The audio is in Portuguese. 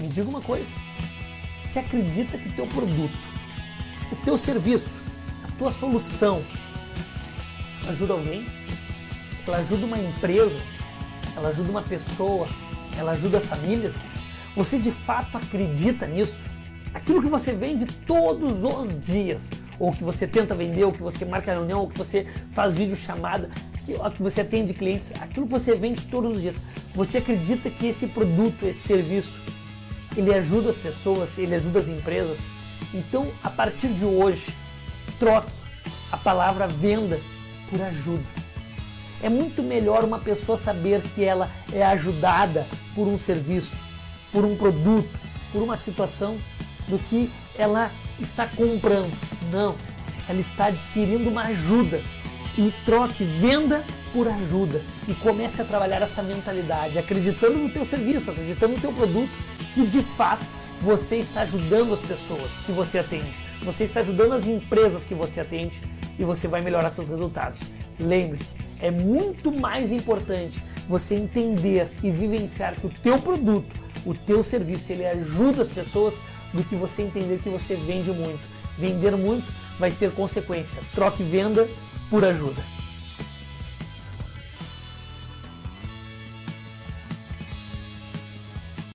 Me diga uma coisa, você acredita que o teu produto, o teu serviço, a tua solução ajuda alguém? Ela ajuda uma empresa? Ela ajuda uma pessoa? Ela ajuda famílias? Você de fato acredita nisso? Aquilo que você vende todos os dias, ou que você tenta vender, ou que você marca reunião, ou que você faz videochamada, ou que você atende clientes, aquilo que você vende todos os dias, você acredita que esse produto, esse serviço, ele ajuda as pessoas, ele ajuda as empresas? Então, a partir de hoje, troque a palavra venda por ajuda. É muito melhor uma pessoa saber que ela é ajudada por um serviço, por um produto, por uma situação, do que ela está comprando. Não, ela está adquirindo uma ajuda. E troque venda por ajuda. E comece a trabalhar essa mentalidade, acreditando no teu serviço, acreditando no teu produto, que de fato você está ajudando as pessoas que você atende. Você está ajudando as empresas que você atende e você vai melhorar seus resultados. Lembre-se, é muito mais importante você entender e vivenciar que o teu produto, o teu serviço, ele ajuda as pessoas, do que você entender que você vende muito. Vender muito vai ser consequência. Troque venda por ajuda.